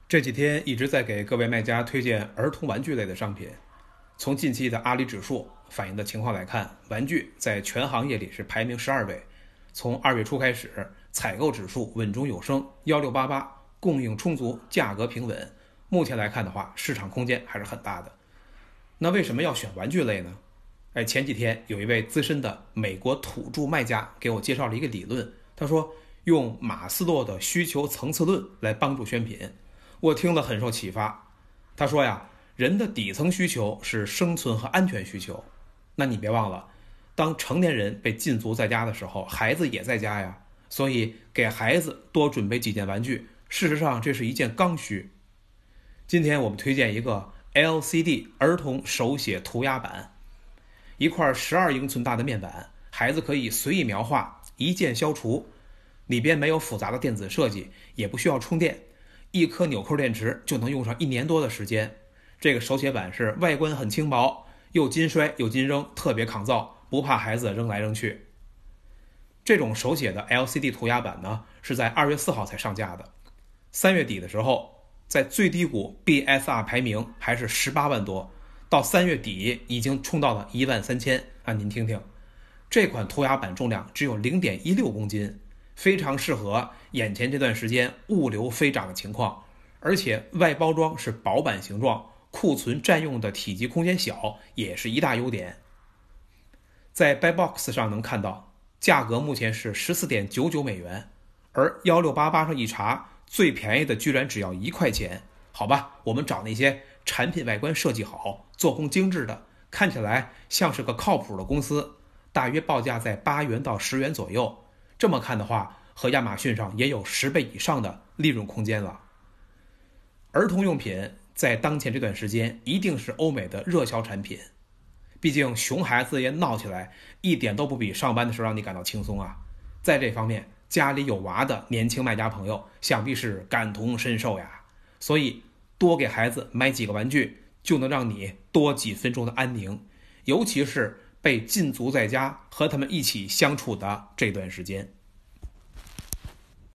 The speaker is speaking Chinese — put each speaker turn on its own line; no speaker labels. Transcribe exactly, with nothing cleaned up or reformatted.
这几天一直在给各位卖家推荐儿童玩具类的商品。从近期的阿里指数反映的情况来看，玩具在全行业里是排名十二位。从二月初开始，采购指数稳中有升，一六八八，供应充足，价格平稳。目前来看的话，市场空间还是很大的。那为什么要选玩具类呢？哎，前几天有一位资深的美国土著卖家给我介绍了一个理论，他说用马斯洛的需求层次论来帮助选品。我听了很受启发。他说呀，人的底层需求是生存和安全需求。那你别忘了，当成年人被禁足在家的时候，孩子也在家呀。所以给孩子多准备几件玩具，事实上这是一件刚需。今天我们推荐一个 L C D 儿童手写涂鸦板，一块十二英寸大的面板，孩子可以随意描画，一键消除。里边没有复杂的电子设计，也不需要充电，一颗纽扣电池就能用上一年多的时间。这个手写板是外观很轻薄，又经摔又经扔，特别抗造，不怕孩子扔来扔去。这种手写的 L C D 涂鸦板呢，是在二月四号才上架的。三月底的时候，在最低谷 B S R 排名还是十八万多，到三月底已经冲到了一万三千啊！您听听，这款涂鸦板重量只有 零点一六公斤，非常适合眼前这段时间物流飞涨的情况，而且外包装是薄板形状，库存占用的体积空间小，也是一大优点。在 Buy Box 上能看到，价格目前是 十四点九九美元，而一六八八上一查，最便宜的居然只要一块钱。好吧，我们找那些产品外观设计好、做工精致的，看起来像是个靠谱的公司，大约报价在八元到十元左右。这么看的话，和亚马逊上也有十倍以上的利润空间了。儿童用品在当前这段时间一定是欧美的热销产品，毕竟熊孩子也闹起来，一点都不比上班的时候让你感到轻松啊。在这方面，家里有娃的年轻卖家朋友想必是感同身受呀。所以多给孩子买几个玩具，就能让你多几分钟的安宁，尤其是被禁足在家和他们一起相处的这段时间。